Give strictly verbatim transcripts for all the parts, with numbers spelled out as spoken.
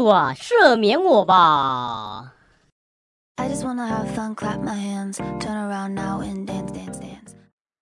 主啊，赦免我吧。 I just wanna have fun, clap my hands, turn around now and dance, dance, dance.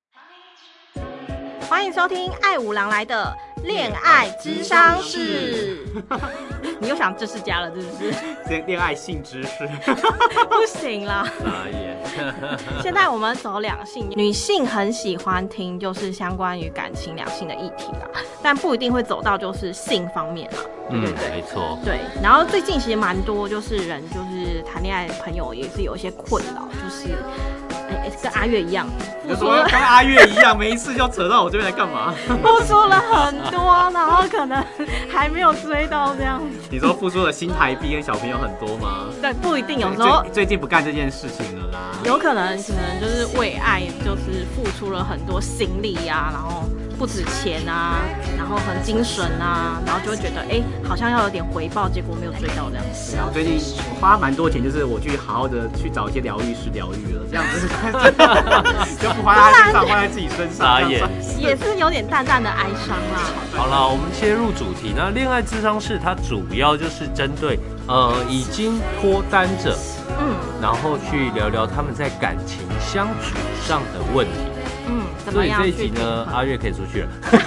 欢迎收听爱五郎来的恋爱諮商室。你又想知识家了，是不是？ 恋爱性知识不行啦。 傻眼。 现在我们走两性，女性很喜欢听就是相关于感情两性的议题啦，但不一定会走到就是性方面啦。对对对， 嗯，没错。 对，然后最近其实蛮多就是人就是谈恋爱的朋友也是有一些困扰，就是哎、欸、跟阿月一样， 你说跟阿月一样，每一次就扯到我这边来干嘛？ 付出了很多，然后可能还没有追到这样子。 你说付出的新台币跟小朋友很多吗？ 对，不一定，有时候最近不干这件事情了啦。 有可能可能就是为爱就是付出了很多心力啊，然后不止钱啊，然后很精神啊，然后就会觉得哎、欸，好像要有点回报，结果没有追到这样子。 然后最近我花蛮多钱，就是我去好好的去找一些疗愈师疗愈了，这样子就不花在身上，花在自己身上， 傻眼， 也是有点淡淡的哀伤啦。 好了，我们切入主题。那恋爱諮商室它主要就是针对呃已经脱单者，嗯，然后去聊聊他们在感情相处上的问题。 嗯，怎么样？ 所以这一集呢，阿月可以出去了。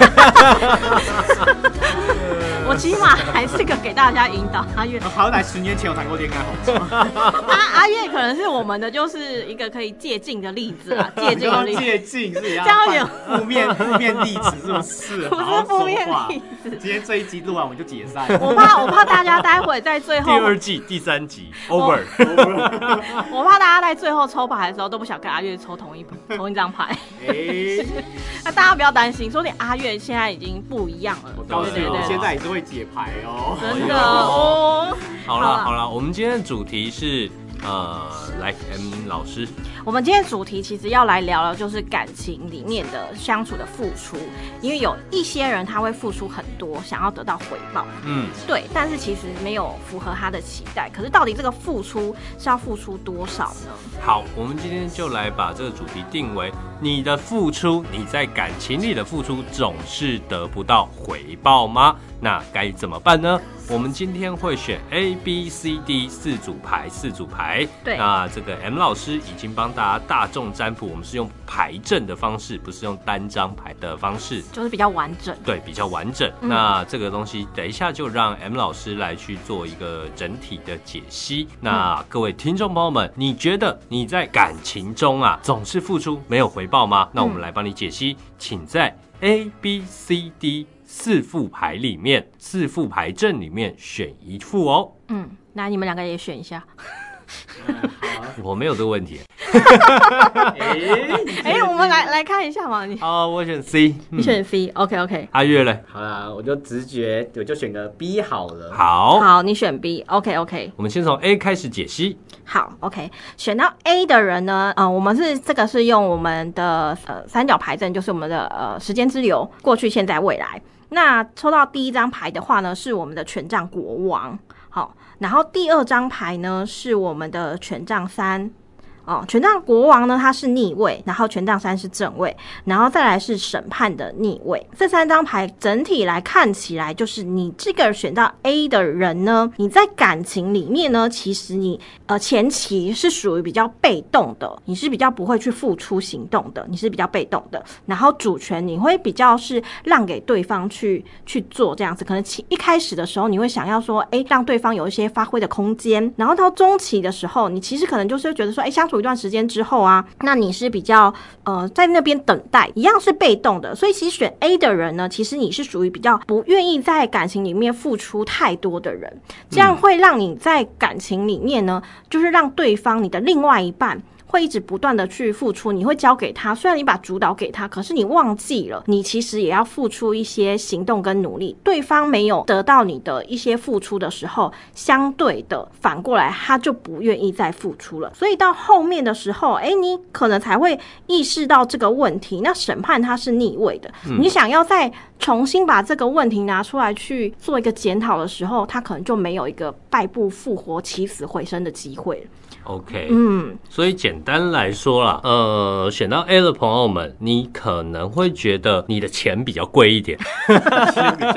我起码还是个给大家引导。阿月， 好歹十年前有谈过恋爱，好吗？ 阿阿月可能是我们的就是一个可以借鉴的例子啊，借鉴的例子。 借鉴是这样有负面负面例子是不是？ 不是负面例子。 今天这一集录完我们就解散。 我怕我怕大家待会在最后第二季第三集 over。 我怕大家在最后抽牌的时候都不想跟阿月抽同一同一张牌。欸、那大家不要担心，说你阿月现在已经不一样了。 我告诉你，我现在也是会解牌哦。 真的哦。 好了好了，我们今天的主题是呃，来 M 老师。 我们今天的主题其实要来聊聊，就是感情里面的相处的付出，因为有一些人他会付出很多，想要得到回报，嗯，对，但是其实没有符合他的期待。可是到底这个付出是要付出多少呢？ 好，我们今天就来把这个主题定为：你的付出，你在感情里的付出总是得不到回报吗？那该怎么办呢？我们今天会选 A、B、C、D 四组牌，四组牌。 对， 那这个 M 老师已经帮大家大众占卜，我们是用牌阵的方式，不是用单张牌的方式， 就是比较完整。 对，比较完整。嗯、那这个东西等一下就让 M 老师来去做一个整体的解析。那、嗯、各位听众朋友们，你觉得你在感情中啊总是付出没有回报吗？那我们来帮你解析，嗯、请在 A、B、C、D。四副牌里面，四副牌阵里面选一副哦。 嗯，那你们两个也选一下。 嗯好啊、 我没有这个问题。 哎、欸，我们来来看一下嘛。你好，我选 C，、嗯、 你选 C。OK OK。 阿月嘞？ 好啦，我就直觉，我就选个 B 好了。 好， 好，你选 B。OK OK。 我们先从 A 开始解析。 好 ，OK， 选到 A 的人呢，呃，我们是这个是用我们的呃三角牌阵，就是我们的呃时间之流，过去、现在、未来。那抽到第一张牌的话呢，是我们的权杖国王，好，然后第二张牌呢是我们的权杖三。哦，权杖国王呢，它是逆位，然后权杖三是正位，然后再来是审判的逆位。这三张牌整体来看起来，就是你这个选到 A 的人呢，你在感情里面呢，其实你呃前期是属于比较被动的，你是比较不会去付出行动的，你是比较被动的。然后主权你会比较是让给对方去去做这样子，可能一开始的时候你会想要说，哎，让对方有一些发挥的空间。然后到中期的时候，你其实可能就是觉得说，哎，相处一段时间之后啊，那你是比较呃在那边等待，一样是被动的。所以其实选 A 的人呢，其实你是属于比较不愿意在感情里面付出太多的人，这样会让你在感情里面呢，就是让对方你的另外一半会一直不断的去付出，你会交给他，虽然你把主导给他，可是你忘记了你其实也要付出一些行动跟努力。对方没有得到你的一些付出的时候，相对的反过来他就不愿意再付出了。所以到后面的时候，哎，你可能才会意识到这个问题。那审判它是逆位的，嗯、你想要再重新把这个问题拿出来去做一个检讨的时候，他可能就没有一个败不复活、起死回生的机会了。 OK， 嗯，所以简单来说啦，呃，选到 A 的朋友们，你可能会觉得你的钱比较贵一点， 钱比较贵一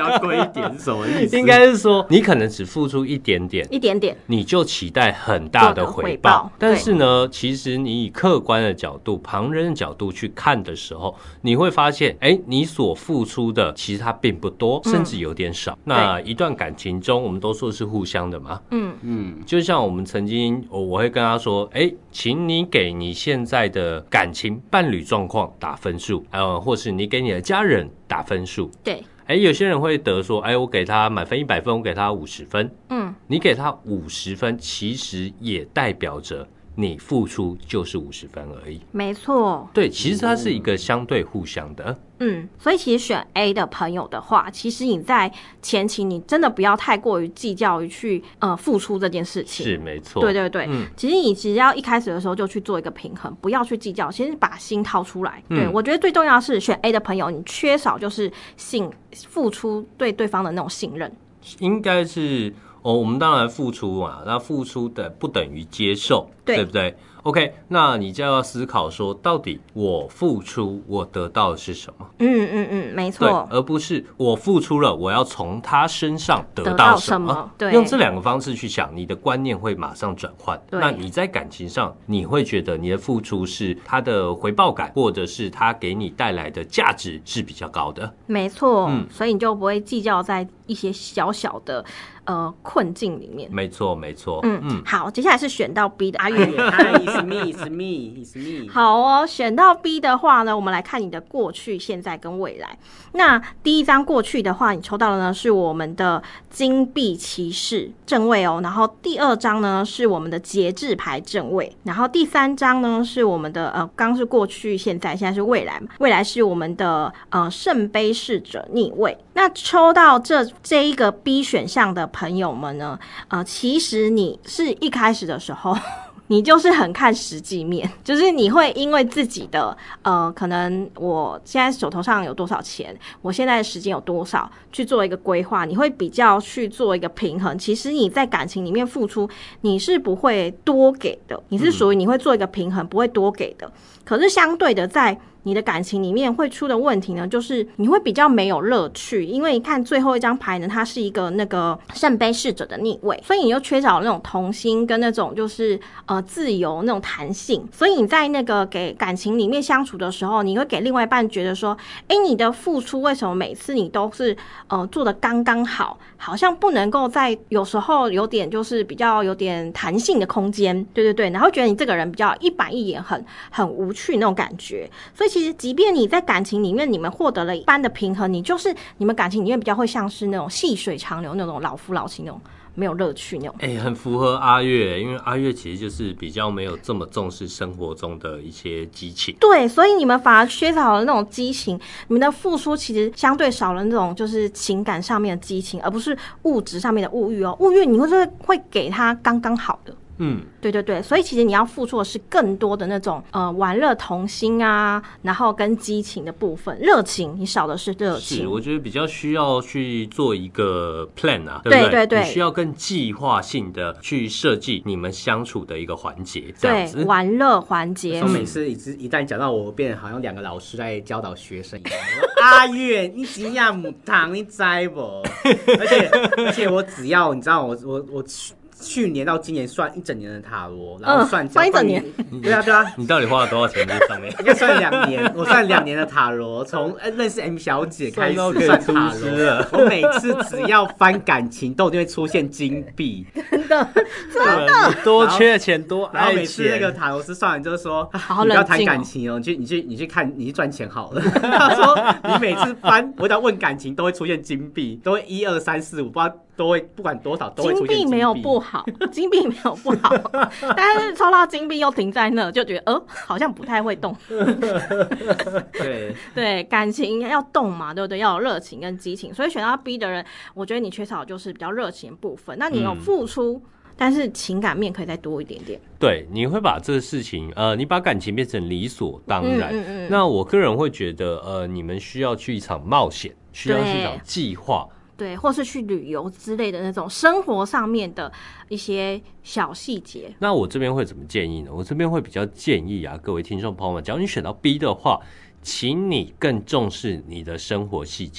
点是什么意思？ 应该是说你可能只付出一点点， 一点点， 你就期待很大的回回报。 报但是呢，其实你以客观的角度、旁人的角度去看的时候，你会发现，哎，你所付出的其实它并不多，甚至有点少。嗯、那一段感情中，我们都说是互相的嘛。嗯嗯，就像我们曾经，我我会跟他说，哎，请你给你现在的感情伴侣状况打分数，呃，或是你给你的家人打分数。 对。 哎，有些人会得说，哎，我给他满分一百分，我给他五十分。嗯，你给他五十分，其实也代表着你付出就是五十分而已。 没错， 对，其实它是一个相对互相的。 嗯，所以其实选 A 的朋友的话，其实你在前期你真的不要太过于计较于去呃付出这件事情。 是没错， 对对对，嗯，其实你只要一开始的时候就去做一个平衡，不要去计较，其实把心掏出来。嗯、对，我觉得最重要的是选 A 的朋友，你缺少就是信付出对对方的那种信任。 应该是哦，我们当然付出嘛，那付出的不等于接受， 对, 对不对？OK， 那你就要思考说，到底我付出我得到的是什么？ 嗯嗯嗯，没错， 而不是我付出了，我要从他身上得到什么？ 得到什么对， 用这两个方式去想，你的观念会马上转换。那你在感情上，你会觉得你的付出是他的回报感，或者是他给你带来的价值是比较高的。 没错，嗯，所以你就不会计较在一些小小的呃困境里面。 没错，没错。 嗯嗯，好，接下来是选到 B 的阿月。 It's me, it's me, it's me。 好哦，选到 B 的话呢，我们来看你的过去、现在跟未来。那第一张过去的话，你抽到的呢是我们的金币骑士正位哦，然后第二张呢是我们的节制牌正位，然后第三张呢是我们的呃，刚是过去、现在，现在是未来嘛，未来是我们的呃圣杯侍者逆位。那抽到这这一个 B 选项的朋友们呢，呃，其实你是一开始的时候。你就是很看实际面，就是你会因为自己的呃，可能我现在手头上有多少钱，我现在的时间有多少，去做一个规划，你会比较去做一个平衡。其实你在感情里面付出，你是不会多给的，你是属于你会做一个平衡，不会多给的。可是相对的，在你的感情里面会出的问题呢，就是你会比较没有乐趣，因为你看最后一张牌呢，它是一个那个圣杯侍者的逆位，所以你又缺少那种童心跟那种就是呃自由那种弹性，所以你在那个给感情里面相处的时候，你会给另外一半觉得说，哎，你的付出为什么每次你都是呃做的刚刚好，好像不能够在有时候有点就是比较有点弹性的空间，对对对，然后觉得你这个人比较一板一眼，很很无趣那种感觉，所以其实即便你在感情里面你们获得了一般的平衡，你就是你们感情里面比较会像是那种细水长流那种老夫老妻那种没有乐趣那种。 哎、欸，很符合阿月，因为阿月其实就是比较没有这么重视生活中的一些激情。 对，所以你们反而缺少了那种激情，你们的付出其实相对少了那种就是情感上面的激情，而不是物质上面的物欲哦。物欲你会会给他刚刚好的。嗯，对对对，所以其实你要付出的是更多的那种呃玩乐童心啊，然后跟激情的部分，热情你少的是热情。 是，我觉得比较需要去做一个 plan 啊，对不对？ 对对对， 你需要更计划性的去设计你们相处的一个环节，这样子。 对，玩乐环节。 我每次一一旦讲到我，变得好像两个老师在教导学生一样。阿月，你怎样母汤，你知不？而且而且我只要你知道我我我。去年到今年算一整年的塔罗，然后算、嗯、 算一整年， 对啊对啊， 你到底花了多少钱在上面？ 应该算两年，我算两年的塔罗，从认识 M 小姐开始算塔罗。我每次只要翻感情，都一定会出现金币， 真的真的， 多缺钱多爱钱。 然后每次那个塔罗师算完就是说， 好你不要谈感情哦，你去你去你去看，你去赚钱好了。他说你每次翻，我只要问感情，都会出现金币，都会一二三四五，不知道。都会不管多少都会出现金币。 金币没有不好，金币没有不好，但是抽到金币又停在那，就觉得呃好像不太会动。 对对，感情要动嘛，对不对？要有热情跟激情，所以选到 B 的人，我觉得你缺少就是比较热情的部分。那你有付出。嗯，但是情感面可以再多一点点。 对，你会把这个事情，呃，你把感情变成理所当然。嗯嗯嗯，那我个人会觉得，呃，你们需要去一场冒险，需要去一场计划。 对，或是去旅游之类的那种生活上面的一些小细节。 那我这边会怎么建议呢？我这边会比较建议啊，各位听众朋友们，假如你选到 B 的话，请你更重视你的生活细节。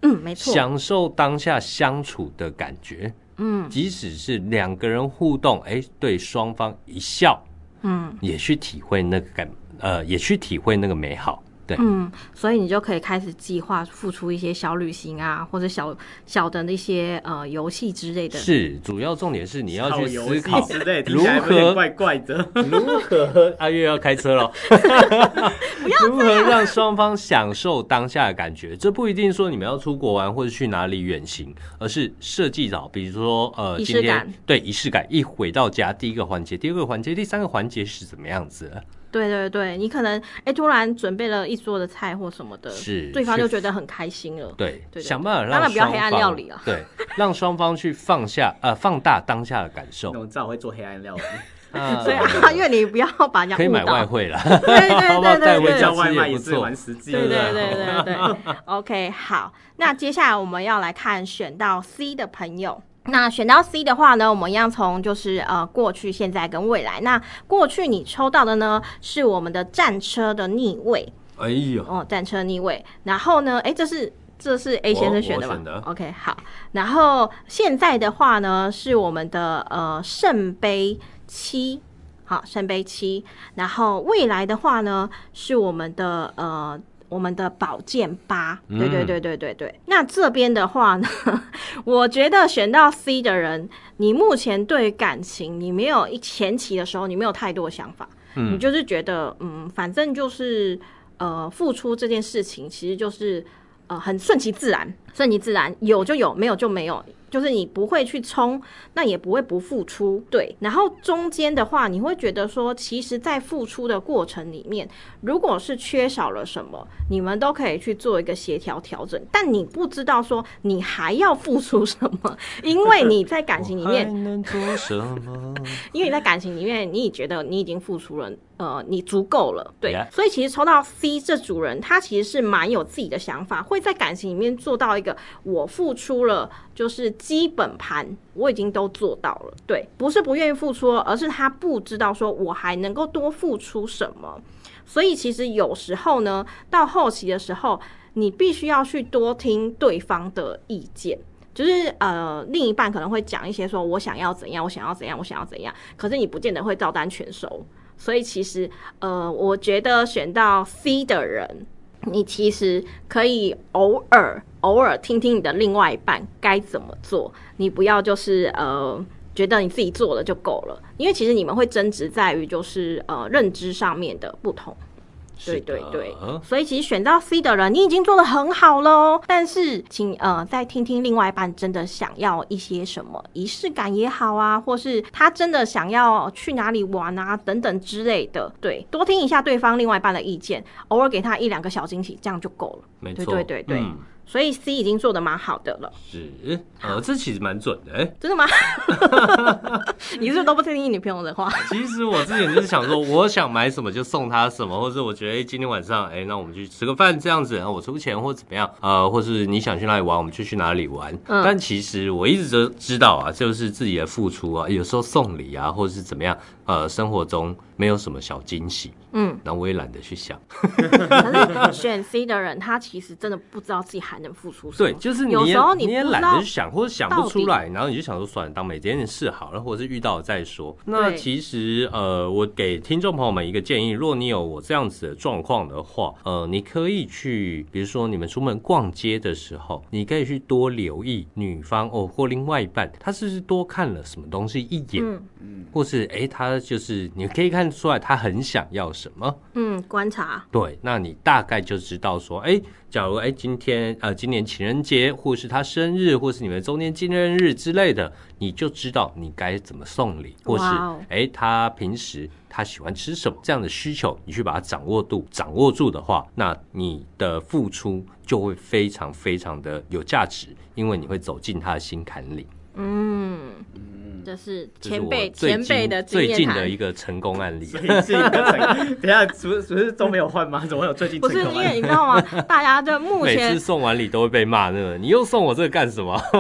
嗯，没错， 享受当下相处的感觉。嗯，即使是两个人互动，哎，对双方一笑，嗯，也去体会那个感，呃，也去体会那个美好。对， 嗯，所以你就可以开始计划付出一些小旅行啊，或者小小的那些呃游戏之类的。 是，主要重点是你要去思考之类，如何怪怪的， 如何阿月要开车了，如何让双方享受当下的感觉。这不一定说你们要出国玩或者去哪里远行，而是设计好，比如说呃，今天对仪式感，一回到家第一个环节、第二个环节、第三个环节是怎么样子的。 对对对，你可能哎突然准备了一桌的菜或什么的， 是对方就觉得很开心了。 对，对对对，想办法让当然不要黑暗料理啊， 对，让双方去放下呃放大当下的感受。 我知道我会做黑暗料理。 啊， 所以阿月你不要把人家可以买外汇啦， 对对对对对， 叫外卖也是蛮实际的。 对对对对对 ，OK， 好，那接下来我们要来看选到 C 的朋友。那选到 C 的话呢，我们一样从就是呃过去、现在跟未来。那过去你抽到的呢是我们的战车的逆位， 哎呦， 哦，战车逆位。然后呢，哎，这是这是 A 先生选的吧？ 的 OK， 好。然后现在的话呢是我们的呃圣杯七，好，圣杯七。然后未来的话呢是我们的呃。我们的宝剑八，对对对对对对。嗯、那这边的话呢，我觉得选到 C 的人，你目前对感情，你没有一前期的时候，你没有太多的想法，嗯、你就是觉得，嗯，反正就是呃，付出这件事情，其实就是呃，很顺其自然，顺其自然，有就有，没有就没有。就是你不会去冲，那也不会不付出，对。然后中间的话，你会觉得说，其实在付出的过程里面，如果是缺少了什么，你们都可以去做一个协调调整。但你不知道说你还要付出什么，因为你在感情里面， 还能做什么？ 因为你在感情里面，你也觉得你已经付出了。呃，你足够了，对， yeah. 所以其实抽到 C 这组人，他其实是蛮有自己的想法，会在感情里面做到一个我付出了，就是基本盘我已经都做到了，对，不是不愿意付出，而是他不知道说我还能够多付出什么，所以其实有时候呢，到后期的时候，你必须要去多听对方的意见。就是呃，另一半可能会讲一些说我想要怎样，我想要怎样，我想要怎样，可是你不见得会照单全收。所以其实呃，我觉得选到 C 的人，你其实可以偶尔偶尔听听你的另外一半该怎么做，你不要就是呃觉得你自己做了就够了，因为其实你们会争执在于就是呃认知上面的不同。对对对，所以其实选到 C 的人，你已经做得很好咯。但是，请呃再听听另外一半真的想要一些什么仪式感也好啊，或是他真的想要去哪里玩啊等等之类的。对，多听一下对方另外一半的意见，偶尔给他一两个小惊喜，这样就够了。 没错， 对对对对。嗯，所以 C 已经做得蛮好的了。 是，呃，这其实蛮准的，欸， 真的吗？你是不是都不听你女朋友的话？ 其实我之前就是想说，我想买什么就送她什么，或者我觉得，欸，今天晚上，哎，欸，那我们去吃个饭这样子，我出钱或怎么样，呃，或是你想去哪里玩，我们就去哪里玩。嗯，但其实我一直都知道啊，就是自己的付出啊，有时候送礼啊，或者是怎么样，呃，生活中没有什么小惊喜。嗯，然后我也懒得去想。 可是选 C 的人，他其实真的不知道自己还能付出什么。 对，就是你有时候你也懒得去想，或者想不出来，然后你就想说算了，当没这件事好了，或者是遇到了再说。那其实呃，我给听众朋友们一个建议，如果你有我这样子的状况的话，呃，你可以去，比如说你们出门逛街的时候，你可以去多留意女方哦或另外一半，他是不是多看了什么东西一眼，嗯，或是哎，欸，他就是你可以看出来他很想要什么， 嗯，观察， 对，那你大概就知道说，哎，欸，假如哎，欸，今天呃今年情人节，或是他生日，或是你们周年纪念日之类的，你就知道你该怎么送礼，或是哎，欸，他平时他喜欢吃什么这样的需求，你去把它掌握度掌握住的话，那你的付出就会非常非常的有价值，因为你会走进他的心坎里。嗯。 这是前辈前辈的最近的一个成功案例。 最近的成，等一下，是不是都没有换吗？怎么会有最近成功案例？ 不是，因为你知道吗？大家就目前每次送完礼都会被骂，那个你又送我这个干什么？ 目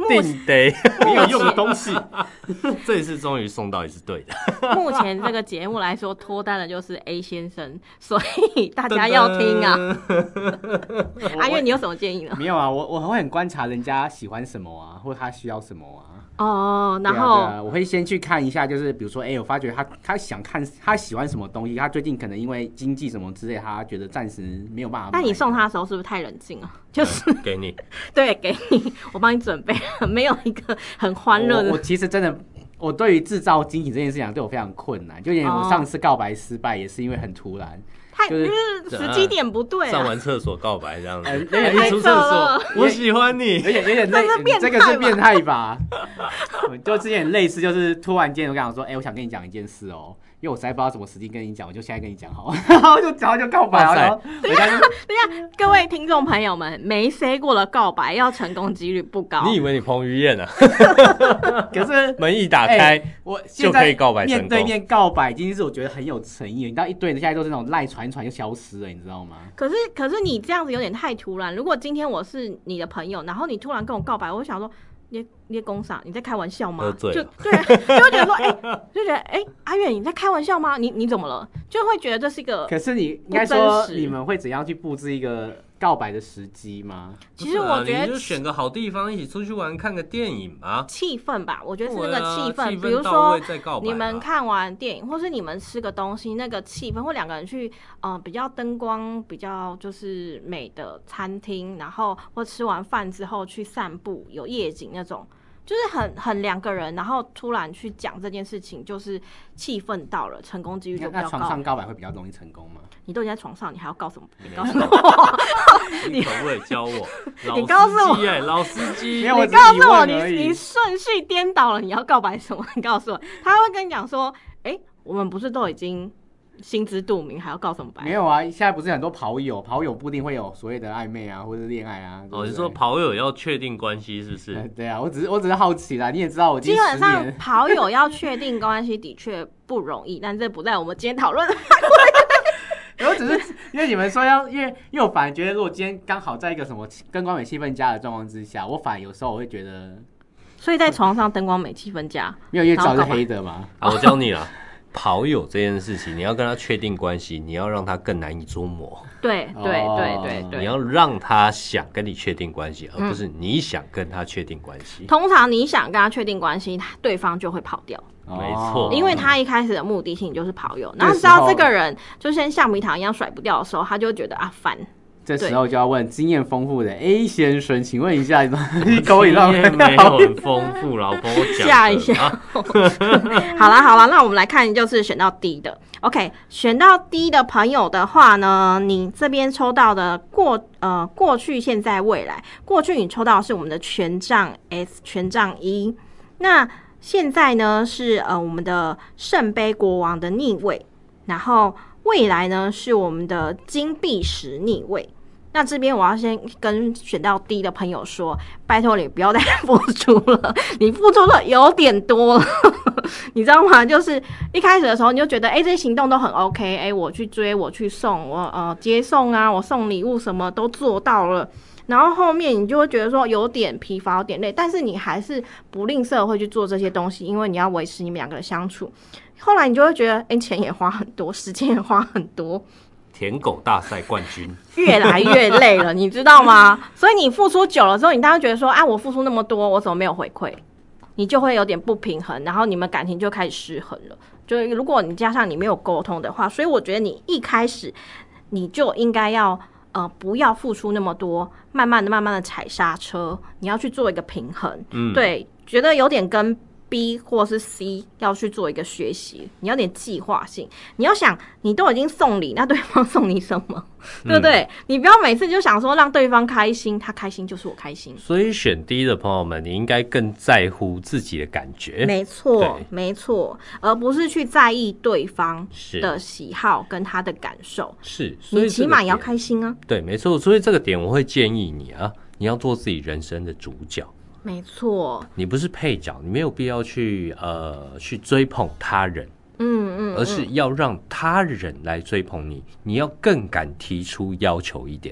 定得没有用的东西。 这一次终于送到也是对的。 目前这个节目来说，脱单的就是 A 先生，所以大家要听啊。阿月，你有什么建议呢？ 没有啊，我我会很观察人家喜欢什么啊，或者他需要什么啊。 哦，然后、 对啊对啊、我会先去看一下，就是比如说，哎、欸，我发觉他他想看他喜欢什么东西，他最近可能因为经济什么之类，他觉得暂时没有办法。 但你送他的时候是不是太冷静了？就是、 嗯、给你， 对，给你，我帮你准备了，没有一个很欢乐的。 我, 我其实真的，我对于制造惊喜这件事情对我非常困难，就连我上次告白失败也是因为很突然。 太就是时机点不对、啊， 上完厕所告白这样子， 呃、 一出厕所，我喜欢你， 有点有点类，这个是变态吧？就之前类似，就是突然间我跟他说，哎、欸，我想跟你讲一件事哦、喔，因为我实在不知道什么时机跟你讲，我就现在跟你讲好，然后就然后就告白了。 等一下，等一下，各位听众朋友们，没 say 过的告白要成功几率不高。 你以为你彭于晏啊？ 可是门一打开，欸、 我就可以告白成功。 面对面告白已经是我觉得很有诚意了。你知道一堆人现在都是那种赖传传就消失了，你知道吗？ 可是可是你这样子有点太突然。如果今天我是你的朋友，然后你突然跟我告白，我会想说。你你公啥？你在开玩笑吗？ 喝醉了就对，就会觉得说，哎、欸，就觉得哎、欸，阿月你在开玩笑吗？你你怎么了？就会觉得这是一个。 可是你应该说你们会怎样去布置一个告白的时机吗？ 其实我觉得、 啊、你就选个好地方一起出去玩，看个电影嘛。 气氛吧，我觉得是那个气氛， 啊、 比如说你们看完电影，或是你们吃个东西，那个气氛，或两个人去呃比较灯光比较就是美的餐厅，然后或吃完饭之后去散步，有夜景那种。就是很很两个人，然后突然去讲这件事情，就是气氛到了，成功几率就比较高。 那床上告白会比较容易成功吗？ 你都已经在床上，你还要告什么？你告诉我， 你可不可以教我？ 你告诉我， 哎，老司机， 你告诉我，你你顺序颠倒了，你要告白什么？你告诉我，他会跟你讲说，哎、欸，我们不是都已经。心知肚明，还要告什么白？ 没有啊，现在不是很多跑友，跑友不一定会有所谓的暧昧啊，或者是恋爱啊。 哦，你说跑友要确定关系是不是？ 对啊，我只是我只是好奇啦，你也知道我基本上跑友要确定关系的确不容易，但这不在我们今天讨论的范围。 我只是因为你们说要，因为因为我反而觉得，如果今天刚好在一个什么灯光美气氛佳的状况之下，我反而有时候我会觉得， 所以在床上灯光美气氛佳， 没有因为照是黑的嘛。 啊，我教你了。跑友这件事情，你要跟他确定关系，你要让他更难以捉摸。 对对对对对， 你要让他想跟你确定关系，而不是你想跟他确定关系。 通常你想跟他确定关系，对方就会跑掉。 没错， 因为他一开始的目的性就是跑友，然后知道这个人就像橡皮糖一样甩不掉的时候，他就觉得啊烦。 这时候就要问经验丰富的 A 先生，请问一下，你狗以让没有很丰富了，我帮我讲吓一下。好啦好啦，那我们来看，就是选到 D 的。OK， 选到 D 的朋友的话呢，你这边抽到的过呃过去、现在、未来。过去你抽到的是我们的权杖 S 权杖一，那现在呢是呃我们的圣杯国王的逆位，然后未来呢是我们的金币石逆位。那这边我要先跟选到 D 的朋友说，拜托你不要再付出了，你付出的有点多了，你知道吗？就是一开始的时候你就觉得，哎、欸，这些行动都很 OK， 哎、欸，我去追，我去送，我呃接送啊，我送礼物什么都做到了。然后后面你就会觉得说有点疲乏，有点累，但是你还是不吝啬会去做这些东西，因为你要维持你们两个的相处。后来你就会觉得，哎、欸，钱也花很多，时间也花很多。 舔狗大赛冠军越来越累了，你知道吗？所以你付出久了之后，你当然觉得说，啊，我付出那么多，我怎么没有回馈？你就会有点不平衡，然后你们感情就开始失衡了。就如果你加上你没有沟通的话，所以我觉得你一开始你就应该要呃不要付出那么多，慢慢的、慢慢的踩刹车，你要去做一个平衡。嗯，对，觉得有点跟B 或是 C 要去做一个学习，你要点计划性。你要想，你都已经送礼，那对方送你什么，对不对？嗯、你不要每次就想说让对方开心，他开心就是我开心。 所以选 D 的朋友们，你应该更在乎自己的感觉。 没错，没错，而不是去在意对方的喜好跟他的感受。 是，所以你起码也要开心啊。 对，没错。所以这个点我会建议你啊，你要做自己人生的主角。 没错， 你不是配角，你没有必要去呃去追捧他人，嗯 嗯, 嗯，而是要让他人来追捧你，你要更敢提出要求一点。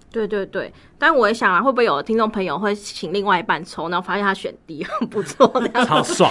对对对，但我也想啊，会不会有听众朋友会请另外一半抽，然后发现他选 D 很不错， 超爽。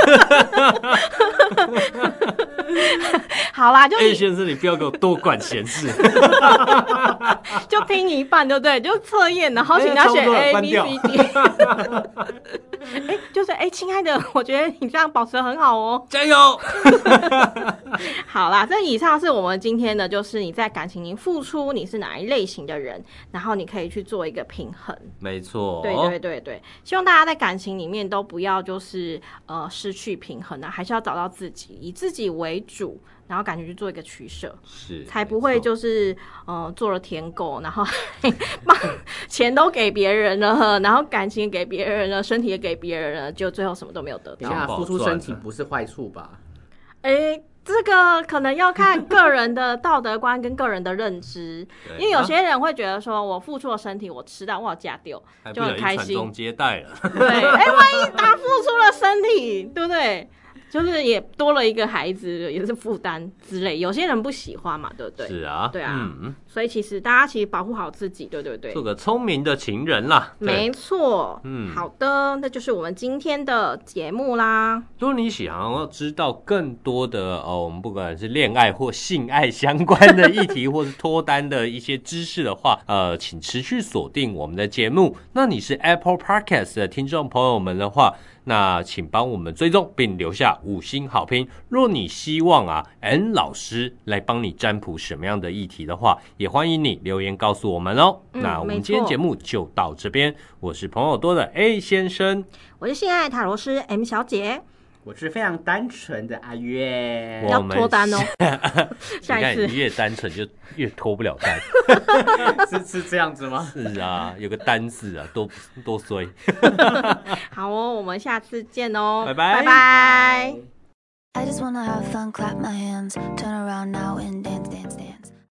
好啦，就 A 先生，你不要给我多管闲事， 就听一半，对不对？就测验，然后请他选 A、B、C、D。哎，就是哎，亲爱的，我觉得你这样保持得很好哦， 加油！ 好啦，这以上是我们今天的，就是你在感情里付出，你是哪一类型的人，然后你可以去做一个平衡。 没错， 对对对对，希望大家在感情里面都不要就是呃失去平衡啊，还是要找到自己，以自己为主。然后感觉去做一个取舍， 是才不会就是呃做了舔狗，然后把钱都给别人了，然后感情给别人了，身体也给别人了，就最后什么都没有得到。 等一下，付出身体不是坏处吧？ 哎，这个可能要看个人的道德观跟个人的认知，因为有些人会觉得说，我付出了身体，我吃到我有加丢，就很开心。 传宗接代了， 对，哎，万一他付出了身体，对不对？就是也多了一个孩子，也是负担之类。有些人不喜欢嘛，对不对？ 是啊， 对啊。 嗯， 所以其实大家其实保护好自己，对对对， 做个聪明的情人啦。 没错。嗯，好的，那就是我们今天的节目啦。 如果你想要知道更多的呃，我们不管是恋爱或性爱相关的议题，或是脱单的一些知识的话，呃，请持续锁定我们的节目。那你是 Apple Podcast 的听众朋友们的话，那请帮我们追踪并留下五星好评。若你希望啊 N 老师来帮你占卜什么样的议题的话，也欢迎你留言告诉我们哦。嗯、那我们今天节目就到这边，我是朋友多的 A 先生， 我是性爱塔罗师 M 小姐， 我是非常单纯的阿月， 要脱单哦。下一次你看你越单纯就越脱不了单， 是是这样子吗？ 是啊，有个单字啊，多多衰。 好哦，我们下次见哦， 拜拜拜拜。 I just wanna have fun, clap my hands, turn around now and dance, dance, dance.